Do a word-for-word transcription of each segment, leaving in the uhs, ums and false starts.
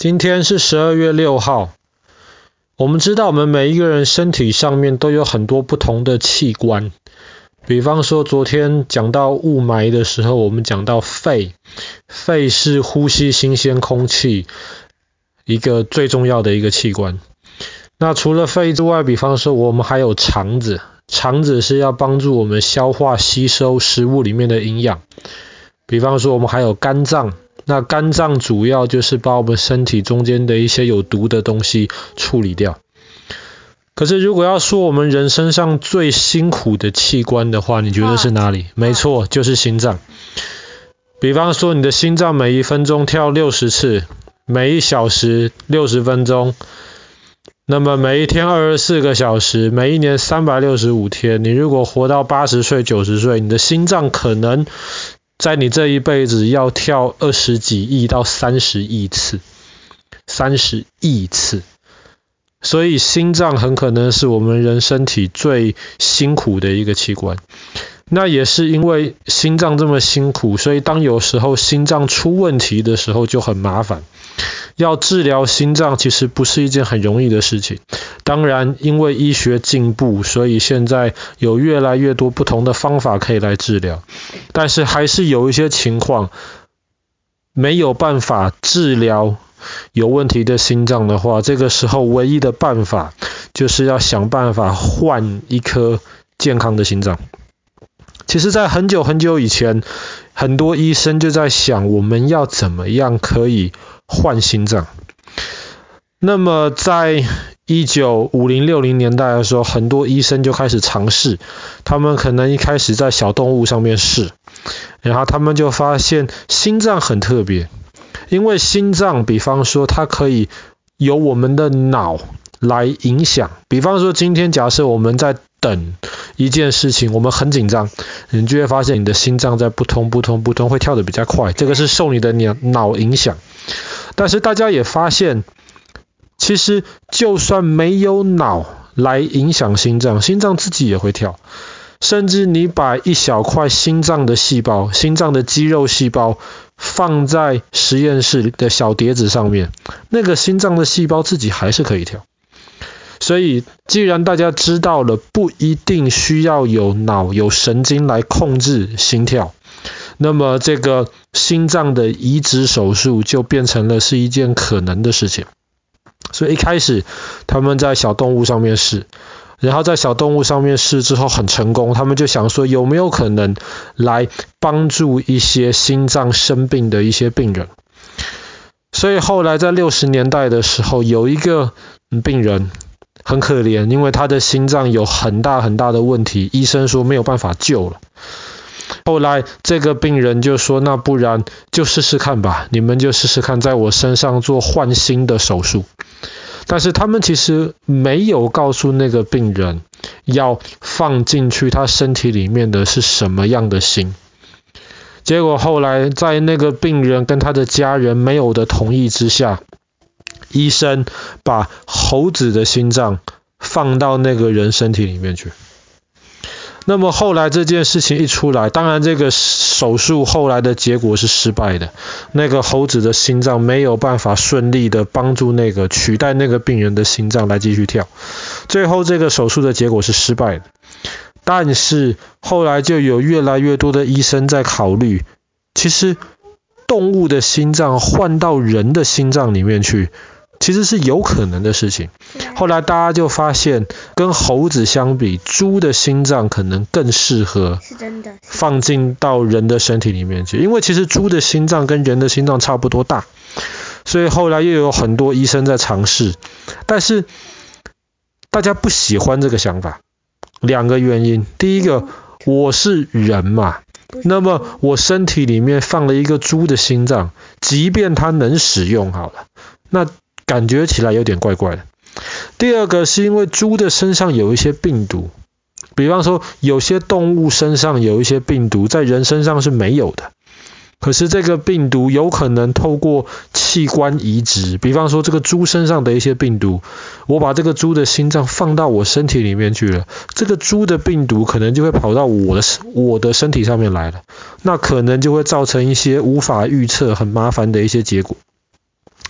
今天是十二月六号。我们知道我们每一个人身体上面都有很多不同的器官，比方说昨天讲到雾霾的时候，我们讲到肺，肺是呼吸新鲜空气一个最重要的一个器官。那除了肺之外，比方说我们还有肠子，肠子是要帮助我们消化吸收食物里面的营养。比方说我们还有肝脏，那肝脏主要就是把我们身体中间的一些有毒的东西处理掉。可是如果要说我们人身上最辛苦的器官的话，你觉得是哪里？没错，就是心脏。比方说你的心脏每一分钟跳六十次，每一小时六十分钟，那么每一天二十四个小时，每一年三百六十五天，你如果活到八十岁九十岁，你的心脏可能在你这一辈子要跳二十几亿到三十亿次，三十亿次。所以心脏很可能是我们人身体最辛苦的一个器官。那也是因为心脏这么辛苦，所以当有时候心脏出问题的时候就很麻烦。要治疗心脏其实不是一件很容易的事情。当然因为医学进步，所以现在有越来越多不同的方法可以来治疗。但是还是有一些情况没有办法治疗有问题的心脏的话，这个时候唯一的办法就是要想办法换一颗健康的心脏。其实在很久很久以前，很多医生就在想我们要怎么样可以换心脏。那么在一九五零六零年代的时候，很多医生就开始尝试，他们可能一开始在小动物上面试，然后他们就发现心脏很特别，因为心脏比方说它可以由我们的脑来影响。比方说今天假设我们在等一件事情，我们很紧张，你就会发现你的心脏在扑通扑通扑通会跳得比较快，这个是受你的脑影响。但是大家也发现，其实就算没有脑来影响心脏，心脏自己也会跳。甚至你把一小块心脏的细胞，心脏的肌肉细胞放在实验室的小碟子上面，那个心脏的细胞自己还是可以跳。所以既然大家知道了不一定需要有脑有神经来控制心跳，那么这个心脏的移植手术就变成了是一件可能的事情。所以一开始他们在小动物上面试，然后在小动物上面试之后很成功，他们就想说有没有可能来帮助一些心脏生病的一些病人。所以后来在六十年代的时候，有一个病人很可怜，因为他的心脏有很大很大的问题，医生说没有办法救了。后来这个病人就说，那不然就试试看吧，你们就试试看在我身上做换心的手术。但是他们其实没有告诉那个病人要放进去他身体里面的是什么样的心。结果后来在那个病人跟他的家人没有的同意之下，医生把猴子的心脏放到那个人身体里面去。那么后来这件事情一出来，当然这个手术后来的结果是失败的，那个猴子的心脏没有办法顺利的帮助那个取代那个病人的心脏来继续跳，最后这个手术的结果是失败的。但是后来就有越来越多的医生在考虑，其实动物的心脏换到人的心脏里面去其实是有可能的事情。后来大家就发现，跟猴子相比，猪的心脏可能更适合放进到人的身体里面去，因为其实猪的心脏跟人的心脏差不多大。所以后来又有很多医生在尝试，但是大家不喜欢这个想法。两个原因，第一个，我是人嘛，那么我身体里面放了一个猪的心脏，即便它能使用好了，那感觉起来有点怪怪的。第二个是因为猪的身上有一些病毒，比方说有些动物身上有一些病毒，在人身上是没有的。可是这个病毒有可能透过器官移植，比方说这个猪身上的一些病毒，我把这个猪的心脏放到我身体里面去了，这个猪的病毒可能就会跑到我的我的身体上面来了，那可能就会造成一些无法预测很麻烦的一些结果。所以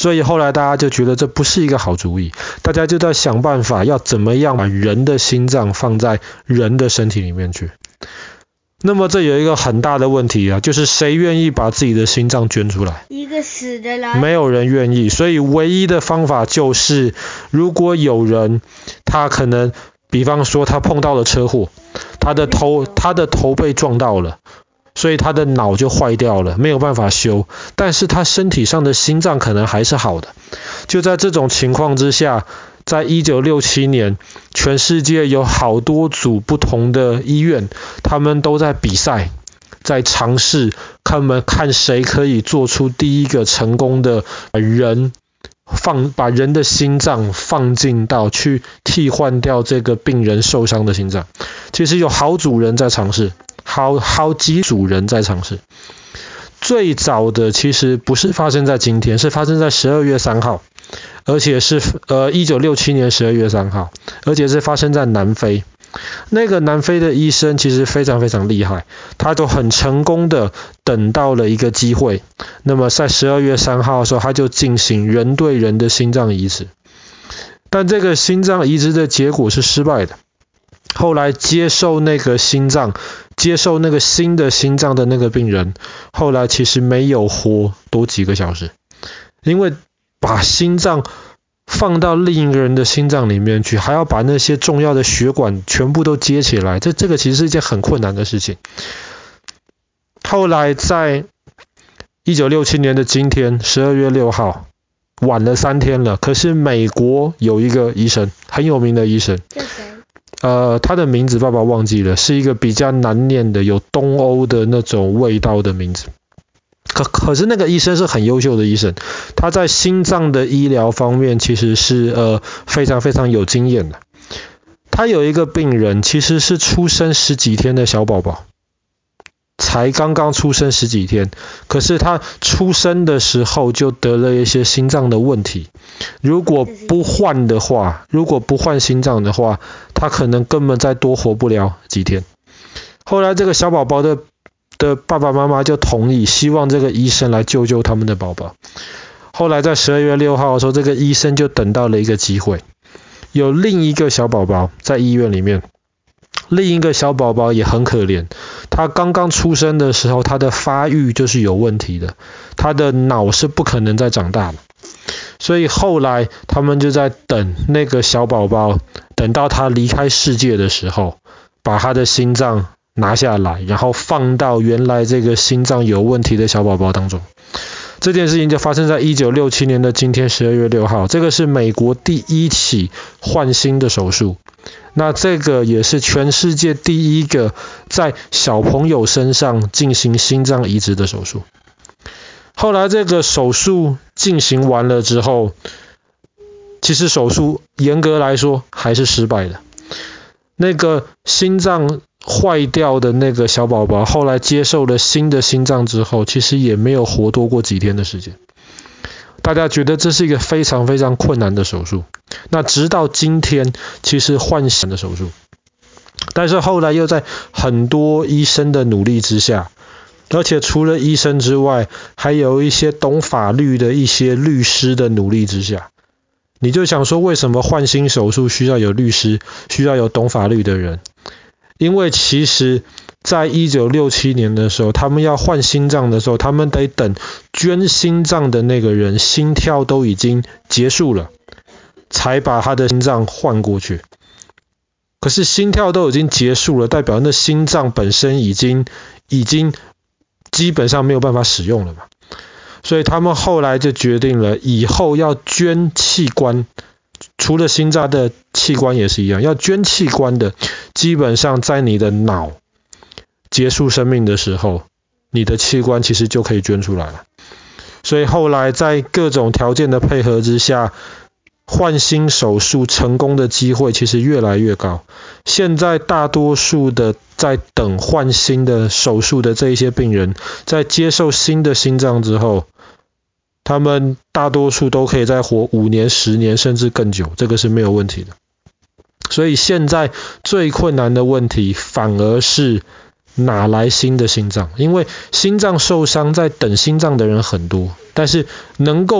所以后来大家就觉得这不是一个好主意，大家就在想办法要怎么样把人的心脏放在人的身体里面去。那么这有一个很大的问题啊，就是谁愿意把自己的心脏捐出来？ 一个死的人， 没有人愿意。所以唯一的方法就是，如果有人他可能比方说他碰到了车祸，他的头他的头被撞到了，所以他的脑就坏掉了，没有办法修，但是他身体上的心脏可能还是好的。就在这种情况之下，在一九六七年，全世界有好多组不同的医院，他们都在比赛，在尝试他们看谁可以做出第一个成功的人放把人的心脏放进到去替换掉这个病人受伤的心脏。其实有好组人在尝试，好好几组人在尝试。最早的其实不是发生在今天，是发生在十二月三号，而且是呃一九六七年十二月三号，而且是发生在南非。那个南非的医生其实非常非常厉害，他就很成功的等到了一个机会。那么在十二月三号的时候，他就进行人对人的心脏移植。但这个心脏移植的结果是失败的。后来接受那个心脏接受那个新的心脏的那个病人，后来其实没有活多几个小时，因为把心脏放到另一个人的心脏里面去，还要把那些重要的血管全部都接起来，这这个其实是一件很困难的事情。后来在一九六七年的今天十二月六号，晚了三天了，可是美国有一个医生，很有名的医生，呃，他的名字爸爸忘记了，是一个比较难念的，有东欧的那种味道的名字。可可是那个医生是很优秀的医生，他在心脏的医疗方面其实是呃非常非常有经验的。他有一个病人其实是出生十几天的小宝宝，才刚刚出生十几天，可是他出生的时候就得了一些心脏的问题。如果不换的话，如果不换心脏的话，他可能根本再多活不了几天。后来这个小宝宝的的爸爸妈妈就同意，希望这个医生来救救他们的宝宝。后来在十二月六号的时候，这个医生就等到了一个机会，有另一个小宝宝在医院里面，另一个小宝宝也很可怜，他刚刚出生的时候，他的发育就是有问题的，他的脑是不可能再长大的。所以后来他们就在等那个小宝宝，等到他离开世界的时候，把他的心脏拿下来，然后放到原来这个心脏有问题的小宝宝当中。这件事情就发生在一九六七年的今天十二月六号，这个是美国第一起换心的手术。那这个也是全世界第一个在小朋友身上进行心脏移植的手术。后来这个手术进行完了之后，其实手术严格来说还是失败的。那个心脏坏掉的那个小宝宝后来接受了新的心脏之后，其实也没有活多过几天的时间。大家觉得这是一个非常非常困难的手术。那直到今天，其实换心的手术，但是后来又在很多医生的努力之下，而且除了医生之外，还有一些懂法律的一些律师的努力之下，你就想说，为什么换心手术需要有律师，需要有懂法律的人？因为其实在一九六七年的时候，他们要换心脏的时候，他们得等捐心脏的那个人心跳都已经结束了，才把他的心脏换过去。可是心跳都已经结束了，代表那心脏本身已经已经基本上没有办法使用了嘛。所以他们后来就决定了，以后要捐器官，除了心脏的器官也是一样，要捐器官的，基本上在你的脑结束生命的时候，你的器官其实就可以捐出来了。所以后来在各种条件的配合之下，换心手术成功的机会其实越来越高。现在大多数的在等换心的手术的这一些病人，在接受新的心脏之后，他们大多数都可以再活五年、十年甚至更久，这个是没有问题的。所以现在最困难的问题反而是哪来新的心脏？因为心脏受伤，在等心脏的人很多，但是能够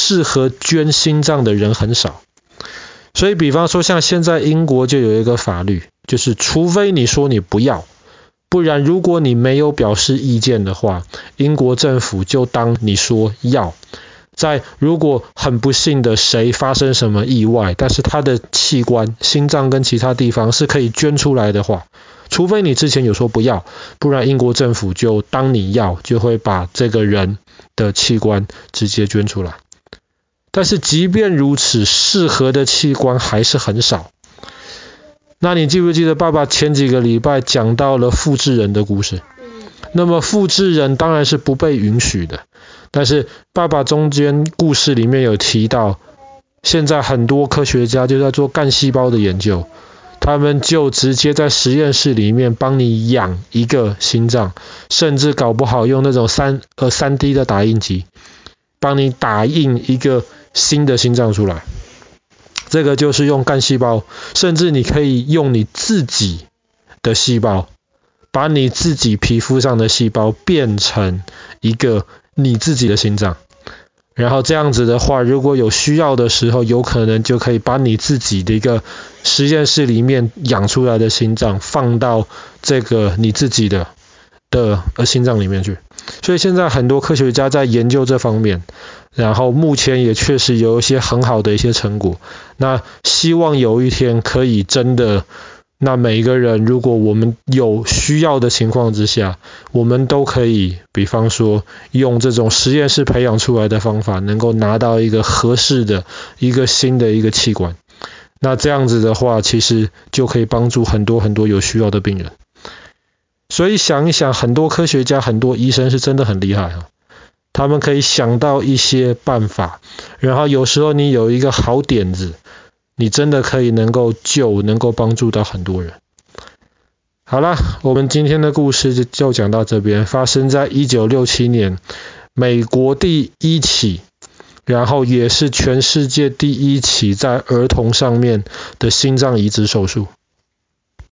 适合捐心脏的人很少。所以比方说像现在英国就有一个法律，就是除非你说你不要，不然如果你没有表示意见的话，英国政府就当你说要。在如果很不幸的谁发生什么意外，但是他的器官心脏跟其他地方是可以捐出来的话，除非你之前有说不要，不然英国政府就当你要，就会把这个人的器官直接捐出来。但是即便如此，适合的器官还是很少。那你记不记得爸爸前几个礼拜讲到了复制人的故事？那么复制人当然是不被允许的，但是爸爸中间故事里面有提到，现在很多科学家就在做干细胞的研究，他们就直接在实验室里面帮你养一个心脏，甚至搞不好用那种三呃 三 D 的打印机，帮你打印一个新的心脏出来。这个就是用干细胞，甚至你可以用你自己的细胞，把你自己皮肤上的细胞变成一个你自己的心脏。然后这样子的话，如果有需要的时候，有可能就可以把你自己的一个实验室里面养出来的心脏放到这个你自己的的心脏里面去。所以现在很多科学家在研究这方面，然后目前也确实有一些很好的一些成果。那希望有一天可以真的，那每一个人如果我们有需要的情况之下，我们都可以比方说用这种实验室培养出来的方法，能够拿到一个合适的一个新的一个器官。那这样子的话，其实就可以帮助很多很多有需要的病人。所以想一想，很多科学家很多医生是真的很厉害啊，他们可以想到一些办法，然后有时候你有一个好点子，你真的可以能够救，能够帮助到很多人。好啦，我们今天的故事就就讲到这边。发生在一九六七年，美国第一起，然后也是全世界第一起在儿童上面的心脏移植手术。